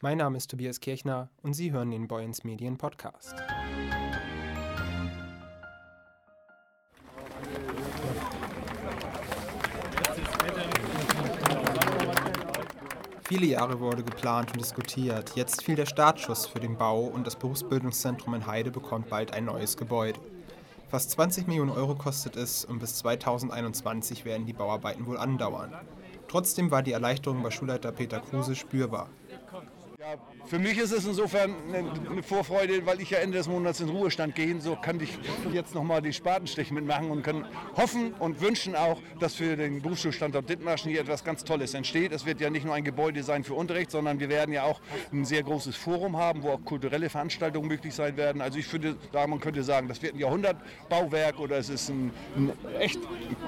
Mein Name ist Tobias Kirchner und Sie hören den Boyens Medien Podcast. Viele Jahre wurde geplant und diskutiert. Jetzt fiel der Startschuss für den Bau und das Berufsbildungszentrum in Heide bekommt bald ein neues Gebäude. Fast 20 Millionen Euro kostet es und bis 2021 werden die Bauarbeiten wohl andauern. Trotzdem war die Erleichterung bei Schulleiter Peter Kruse spürbar. Ja, für mich ist es insofern eine Vorfreude, weil ich ja Ende des Monats in Ruhestand gehe. So kann ich jetzt nochmal die Spatenstich mitmachen und kann hoffen und wünschen auch, dass für den Berufsschulstandort Dithmarschen hier etwas ganz Tolles entsteht. Es wird ja nicht nur ein Gebäude sein für Unterricht, sondern wir werden ja auch ein sehr großes Forum haben, wo auch kulturelle Veranstaltungen möglich sein werden. Also ich finde, man könnte sagen, das wird ein Jahrhundertbauwerk oder es ist ein echt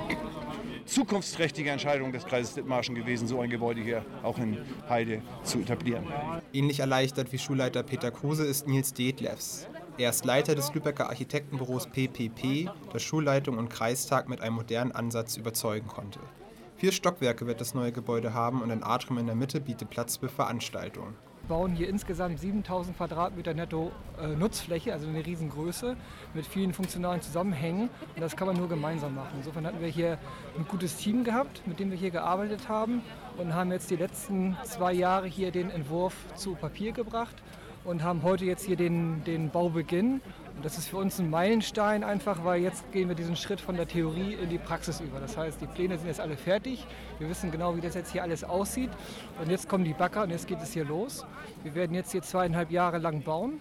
zukunftsträchtige Entscheidung des Kreises Dithmarschen gewesen, so ein Gebäude hier auch in Heide zu etablieren. Ähnlich erleichtert wie Schulleiter Peter Kruse ist Nils Detlefs. Er ist Leiter des Lübecker Architektenbüros PPP, das Schulleitung und Kreistag mit einem modernen Ansatz überzeugen konnte. 4 Stockwerke wird das neue Gebäude haben und ein Atrium in der Mitte bietet Platz für Veranstaltungen. Wir bauen hier insgesamt 7000 Quadratmeter netto Nutzfläche, also eine Riesengröße, mit vielen funktionalen Zusammenhängen. Und das kann man nur gemeinsam machen. Insofern hatten wir hier ein gutes Team gehabt, mit dem wir hier gearbeitet haben und haben jetzt die letzten 2 Jahre hier den Entwurf zu Papier gebracht und haben heute jetzt hier den Baubeginn. Und das ist für uns ein Meilenstein einfach, weil jetzt gehen wir diesen Schritt von der Theorie in die Praxis über. Das heißt, die Pläne sind jetzt alle fertig. Wir wissen genau, wie das jetzt hier alles aussieht. Und jetzt kommen die Bagger und jetzt geht es hier los. Wir werden jetzt hier 2,5 Jahre lang bauen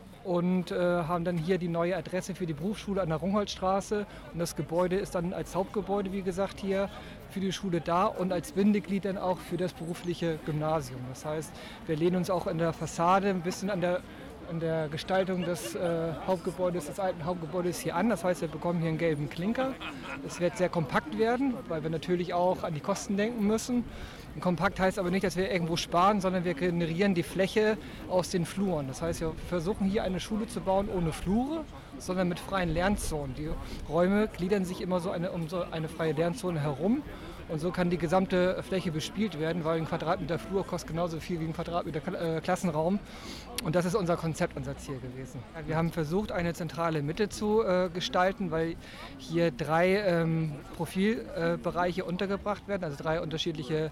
und haben dann hier die neue Adresse für die Berufsschule an der Rungholtstraße. Und das Gebäude ist dann als Hauptgebäude, wie gesagt, hier für die Schule da und als Bindeglied dann auch für das berufliche Gymnasium. Das heißt, wir lehnen uns auch in der Fassade ein bisschen an der Gestaltung des Hauptgebäudes, des alten Hauptgebäudes hier an. Das heißt, wir bekommen hier einen gelben Klinker. Es wird sehr kompakt werden, weil wir natürlich auch an die Kosten denken müssen. Und kompakt heißt aber nicht, dass wir irgendwo sparen, sondern wir generieren die Fläche aus den Fluren. Das heißt, wir versuchen hier eine Schule zu bauen ohne Flure, sondern mit freien Lernzonen. Die Räume gliedern sich immer um so eine freie Lernzone herum. Und so kann die gesamte Fläche bespielt werden, weil ein Quadratmeter Flur kostet genauso viel wie ein Quadratmeter Klassenraum. Und das ist unser Konzeptansatz hier gewesen. Wir haben versucht, eine zentrale Mitte zu gestalten, weil hier 3 Profilbereiche untergebracht werden, also 3 unterschiedliche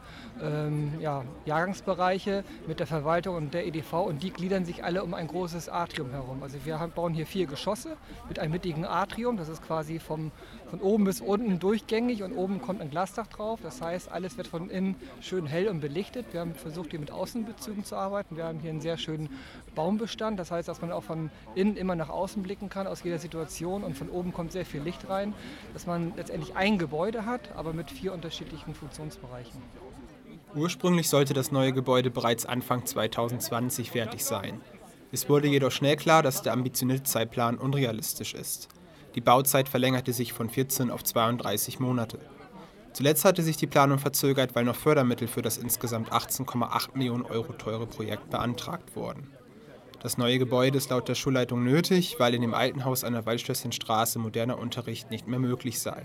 Jahrgangsbereiche mit der Verwaltung und der EDV. Und die gliedern sich alle um ein großes Atrium herum. Also wir bauen hier 4 Geschosse mit einem mittigen Atrium. Das ist quasi von oben bis unten durchgängig und oben kommt ein Glasdach drauf. Das heißt, alles wird von innen schön hell und belichtet. Wir haben versucht, hier mit Außenbezügen zu arbeiten. Wir haben hier einen sehr schönen Baumbestand. Das heißt, dass man auch von innen immer nach außen blicken kann, aus jeder Situation. Und von oben kommt sehr viel Licht rein, dass man letztendlich ein Gebäude hat, aber mit 4 unterschiedlichen Funktionsbereichen. Ursprünglich sollte das neue Gebäude bereits Anfang 2020 fertig sein. Es wurde jedoch schnell klar, dass der ambitionierte Zeitplan unrealistisch ist. Die Bauzeit verlängerte sich von 14 auf 32 Monate. Zuletzt hatte sich die Planung verzögert, weil noch Fördermittel für das insgesamt 18,8 Millionen Euro teure Projekt beantragt wurden. Das neue Gebäude ist laut der Schulleitung nötig, weil in dem alten Haus an der Waldschlösschenstraße moderner Unterricht nicht mehr möglich sei.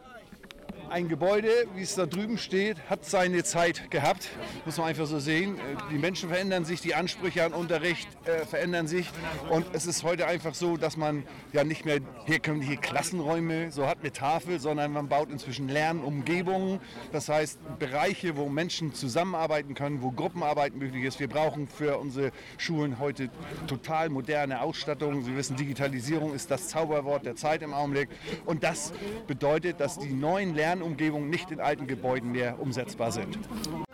Ein Gebäude, wie es da drüben steht, hat seine Zeit gehabt, muss man einfach so sehen. Die Menschen verändern sich, die Ansprüche an Unterricht verändern sich und es ist heute einfach so, dass man ja nicht mehr herkömmliche Klassenräume so hat mit Tafel, sondern man baut inzwischen Lernumgebungen, das heißt Bereiche, wo Menschen zusammenarbeiten können, wo Gruppenarbeit möglich ist. Wir brauchen für unsere Schulen heute total moderne Ausstattung. Sie wissen, Digitalisierung ist das Zauberwort der Zeit im Augenblick und das bedeutet, dass die neuen Lernumgebungen nicht in alten Gebäuden mehr umsetzbar sind.